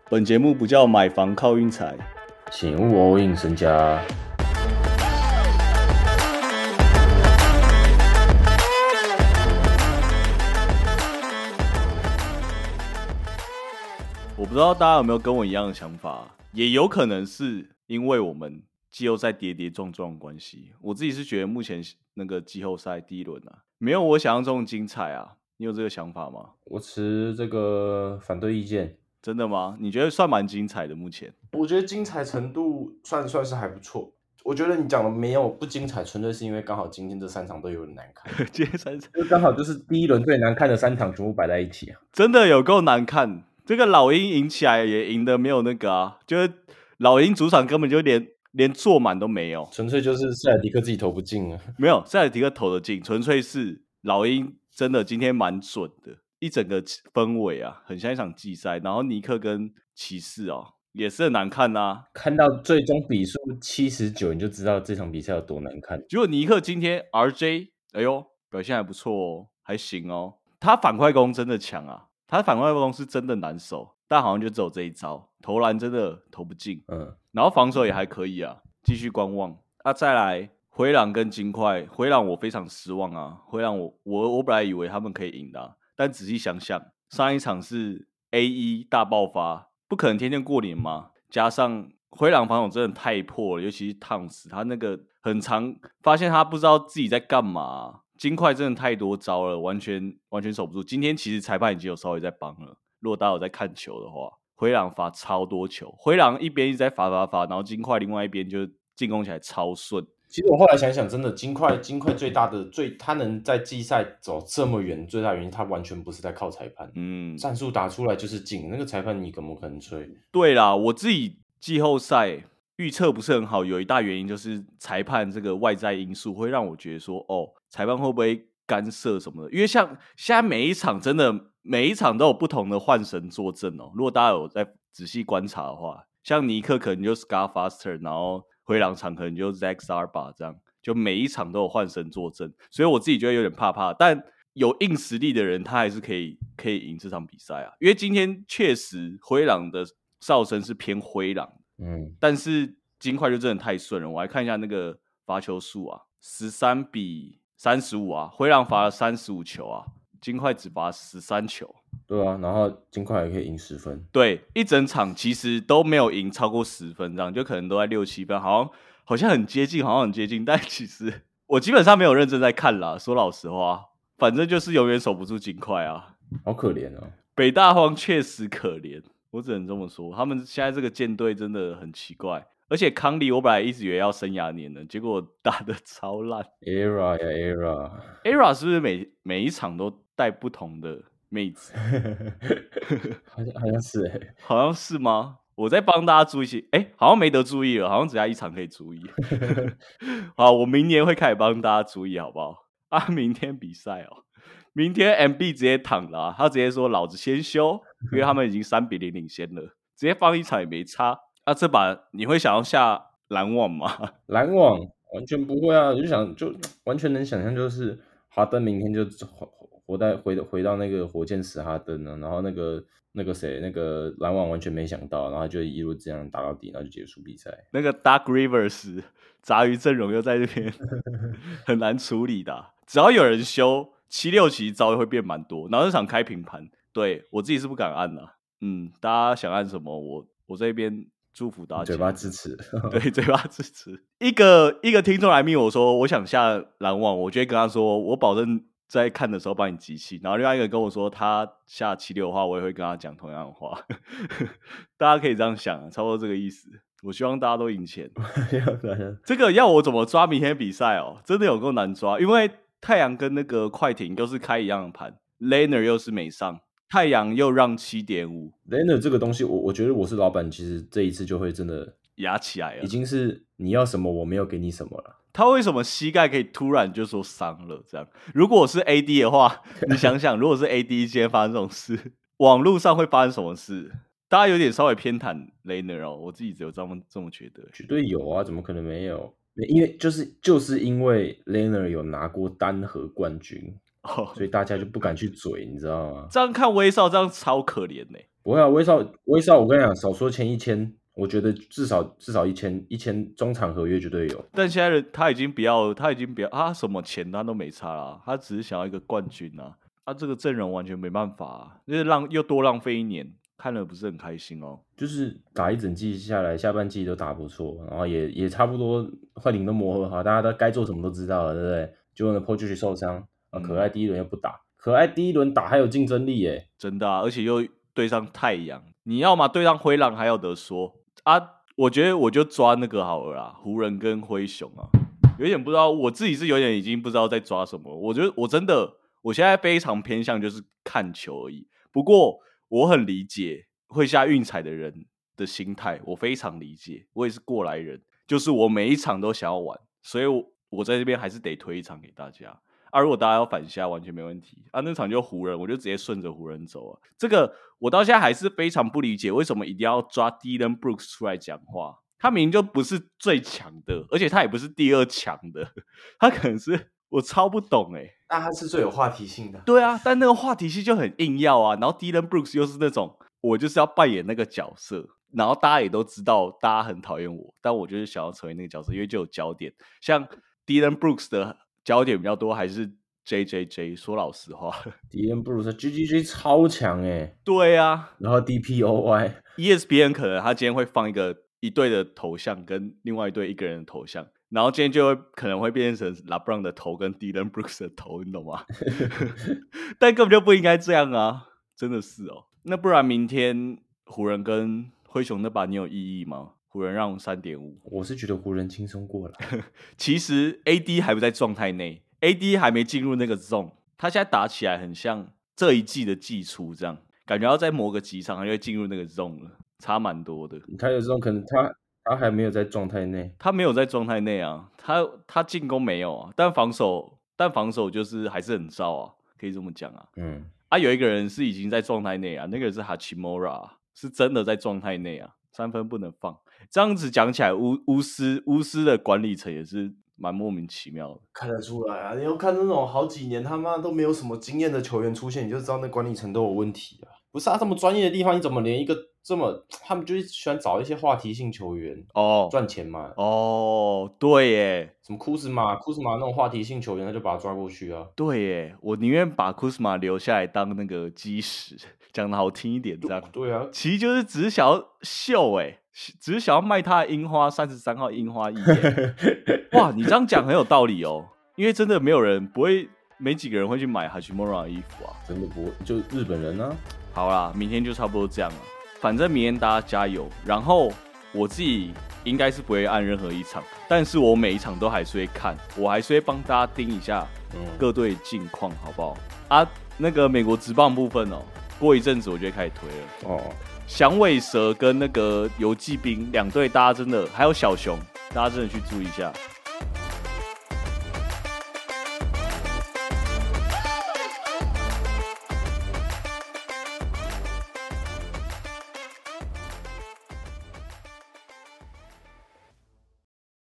本节目不叫买房靠运财， 请勿 all in 身家。 我不知道大家有没有跟我一样的想法，也有可能是因为我们季后赛跌跌撞撞的关系。我自己是觉得目前那个季后赛第一轮啊，没有我想象中的精彩啊。你有这个想法吗？ 我持这个反对意见。 真的吗？你觉得算蛮精彩的？目前我觉得精彩程度算是还不错。我觉得你讲的没有不精彩，纯粹是因为刚好今天这3场都有点难看。 今天3场就刚好就是第一轮最难看的3场全部摆在一起啊， 真的有够难看。这个老鹰赢起来也赢的没有那个啊，就是老鹰主场根本就连坐满都没有， 纯粹就是塞尔迪克自己投不进啊。 没有塞尔提克投得进，纯粹是老鹰真的今天蛮准的，一整个氛围啊，很像一场季赛。然后尼克跟骑士哦，也是很难看啊。 看到最终比数79，你就知道这场比赛有多难看。 结果尼克今天 RJ， 哎呦，表现还不错哦，还行哦。他反快攻真的强啊，他反快攻是真的难守，但好像就只有这一招，投篮真的投不进。然后防守也还可以啊，继续观望。再来灰狼跟金块，灰狼我非常失望啊。灰狼我本来以为他们可以赢的啊，但仔细想想，上一场是 A1 大爆发，不可能天天过年嘛。加上灰狼防守真的太破了，尤其是烫死他那个很常发现他不知道自己在干嘛啊。金块真的太多招了，完全守不住。今天其实裁判已经有稍微在帮了，如果大家有在看球的话，灰狼罚超多球，灰狼一边一直在罚，然后金块另外一边就进攻起来超顺。 其实我后来想想，真的金块最大的他能在季赛走这么远，最大原因他完全不是在靠裁判，战术打出来就是进，那个裁判你怎么可能吹？ 对啦，我自己季后赛预测不是很好，有一大原因就是裁判这个外在因素会让我觉得说，裁判会不会干涉什么的？因为像现在每一场都有不同的换神坐镇哦。如果大家有在仔细观察的话，像尼克可能就 Scott Foster， 然后灰狼场可能就 Zach Zarba 这样，就每一场都有换神坐镇，所以我自己觉得有点怕怕。但有硬实力的人，他还是可以赢这场比赛啊。因为今天确实灰狼的哨声是偏灰狼，但是金块就真的太顺了。我来看一下那个罚球数啊，13-35啊，灰狼罚了35球啊，金块只罚13球。 对啊，然后金块也可以赢10分。 对，一整场其实都没有赢超过10分，这样就可能都在6-7分，好像很接近，但其实我基本上没有认真在看啦。说老实话，反正就是永远守不住金块啊， 好可怜哦。 北大荒确实可怜，我只能这么说。他们现在这个舰队真的很奇怪，而且康利我本来一直以为要生涯年了，结果打得超烂。ERA 是不是每一场都带不同的妹子？ 好像是好像是吗？我在帮大家注意好像没得注意了，好像只要一场可以注意。好，我明年会开始帮大家注意，好不好？明天比赛哦，明天 MB 直接躺了他直接说老子先休，因为他们已经3-0领先了，直接放一场也没差。这把你会想要下篮网吗？ 篮网完全不会啊，就完全能想象，就是哈登明天就回到那个火箭死哈登了，然后那个谁，那个篮网完全没想到，然后就一路这样打到底，然后就结束比赛。 那个 Doug Rivers 杂鱼阵容又在这边很难处理的只要有人修7-6，其实招会变蛮多，然后这场开平盘，对我自己是不敢按的。大家想按什么，我这边祝福大家， 嘴巴支持。 对，嘴巴支持。一个听众来密我说我想下篮网，我就会跟他说我保证在看的时候帮你集气。然后另外一个跟我说他下7-6的话，我也会跟他讲同样的话。大家可以这样想差不多这个意思。我希望大家都赢钱。这个要我怎么抓明天比赛哦？真的有够难抓，因为太阳跟那个快艇又是开一样的盘 ，Leonard 又是没上，太阳又让7.5。 Leonard 这个东西，我觉得我是老板，其实这一次就会真的压起来了， 已经是你要什么我没有给你什么了。 他为什么膝盖可以突然就说伤了？这样，如果我是 AD 的话，你想想，如果是 AD 今天发生这种事，网络上会发生什么事？大家有点稍微偏袒 Leonard 哦，我自己只有这么觉得。 绝对有啊，怎么可能没有？因为就是因为 Leonard 有拿过单核冠军，所以大家就不敢去嘴，你知道吗？ 这样看威少这样超可怜欸。 不会啊，威少，我跟你讲，少说签1000，我觉得至少1000中场合约绝对有。 但现在他已经不要，他什么钱他都没差啦，他只是想要一个冠军啊。他这个阵容完全没办法啊，就是又多浪费1年，看了不是很开心哦。 就是打一整季下来，下半季都打不错，然后也差不多快艇都磨合好，大家都该做什么都知道了，对不对？结果呢 Pojic 受伤啊，可爱第一轮又不打，可爱第一轮打还有竞争力耶， 真的啊，而且又对上太阳，你要嘛对上灰狼还有得说啊。我觉得我就抓那个好了啦，湖人跟灰熊啊，有点不知道，我自己是有点已经不知道在抓什么。我觉得我现在非常偏向就是看球而已。不过我很理解会下运彩的人的心态，我非常理解，我也是过来人，就是我每一场都想要玩，所以我在这边还是得推一场给大家。啊，如果大家要反下，完全没问题啊。那场就湖人，我就直接顺着湖人走啊。这个我到现在还是非常不理解，为什么一定要抓 Dillon Brooks 出来讲话？他明明就不是最强的，而且他也不是第2强的，他可能是我超不懂那他是最有话题性的。 对啊，但那个话题性就很硬要啊。然后 Dillon Brooks 又是那种我就是要扮演那个角色，然后大家也都知道，大家很讨厌我，但我就是想要成为那个角色，因为就有焦点。像 Dillon Brooks 的焦点比较多，还是 JJJ。说老实话 ，Dillon Brooks GGG 超强对啊， 然后 DPOY，ESPN 可能他今天会放一队的头像跟另外一队一个人的头像，然后今天就可能会变成 LeBron 的头跟 Dillon Brooks 的头，你懂吗？但根本就不应该这样啊，真的是哦。那不然明天湖人跟灰熊那把你有异议吗？湖人让 3.5， 我是觉得湖人轻松过了。 其实 AD 还不在状态内， AD 还没进入那个 zone， 他现在打起来很像这一季的季初这样，感觉要再磨个几场他就会进入那个 zone 了，差蛮多的。 他有这种可能他还没有在状态内， 他没有在状态内啊，他进攻没有啊，但防守就是还是很糟啊，可以这么讲啊。有一个人是已经在状态内啊，那个人是 Hachimura， 是真的在状态内啊，3分不能放。这样子讲起来，巫师的管理层也是蛮莫名其妙的。 看得出来啊，你要看那种好几年他妈都没有什么经验的球员出现，你就知道那管理层都有问题啊。不是啊，这么专业的地方，你怎么连一个这么他们就是喜欢找一些话题性球员赚钱嘛？ 对耶， 什么库兹马那种话题性球员，他就把他抓过去啊。 对耶，我宁愿把库兹马留下来当那个基石，讲的好听一点这样。 对啊， 其实就是只是想要秀只是想要卖他的樱花33号樱花衣哇，你这样讲很有道理哦，因为真的没几个人会去买 Hachimura 的衣服啊， 真的不会，就日本人啊。 好啦，明天就差不多这样了，反正明天大家加油。然后我自己应该是不会按任何一场，但是我每一场都还是会看，我还是会帮大家盯一下各队近况，好不好？啊，那个美国职棒部分过一阵子我就会开始推了响尾蛇跟那个游骑兵2队，大家真的还有小熊，大家真的去注意一下。